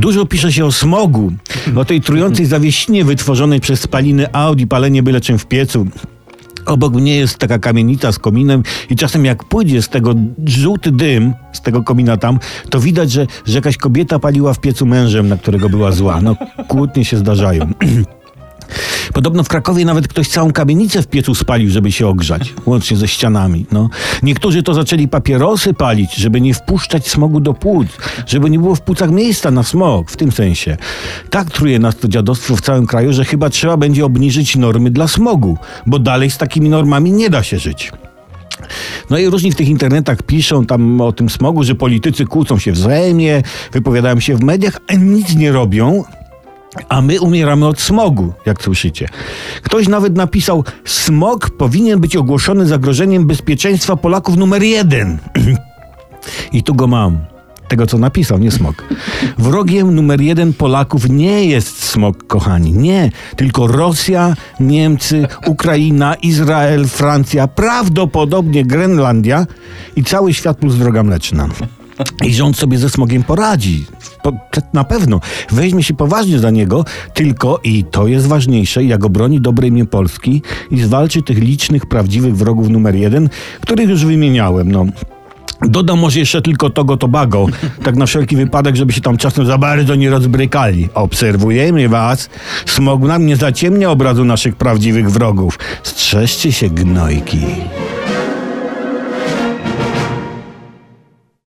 Dużo pisze się o smogu, o tej trującej zawieścinie wytworzonej przez spaliny aut i palenie byle czym w piecu. Obok mnie jest taka kamienica z kominem i czasem jak pójdzie z tego żółty dym, z tego komina tam, to widać, że jakaś kobieta paliła w piecu mężem, na którego była zła. No, kłótnie się zdarzają. Podobno w Krakowie nawet ktoś całą kamienicę w piecu spalił, żeby się ogrzać, łącznie ze ścianami. No. Niektórzy to zaczęli papierosy palić, żeby nie wpuszczać smogu do płuc, żeby nie było w płucach miejsca na smog, w tym sensie. Tak truje nas to dziadostwo w całym kraju, że chyba trzeba będzie obniżyć normy dla smogu, bo dalej z takimi normami nie da się żyć. No i różni w tych internetach piszą tam o tym smogu, że politycy kłócą się wzajemnie, wypowiadają się w mediach, a nic nie robią. A my umieramy od smogu, jak słyszycie. Ktoś nawet napisał, smog powinien być ogłoszony zagrożeniem bezpieczeństwa Polaków numer 1. I tu go mam. Tego, co napisał, nie smog. Wrogiem numer 1 Polaków nie jest smog, kochani. Nie. Tylko Rosja, Niemcy, Ukraina, Izrael, Francja, prawdopodobnie Grenlandia i cały świat plus droga mleczna. I rząd sobie ze smogiem poradzi. Na pewno. Weźmie się poważnie za niego, tylko, i to jest ważniejsze, jak obroni dobre imię Polski i zwalczy tych licznych, prawdziwych wrogów numer 1, których już wymieniałem. No. Dodam może jeszcze tylko Tobago, tak na wszelki wypadek, żeby się tam czasem za bardzo nie rozbrykali. Obserwujemy was. Smog nam nie zaciemnia obrazu naszych prawdziwych wrogów. Strzeżcie się, gnojki.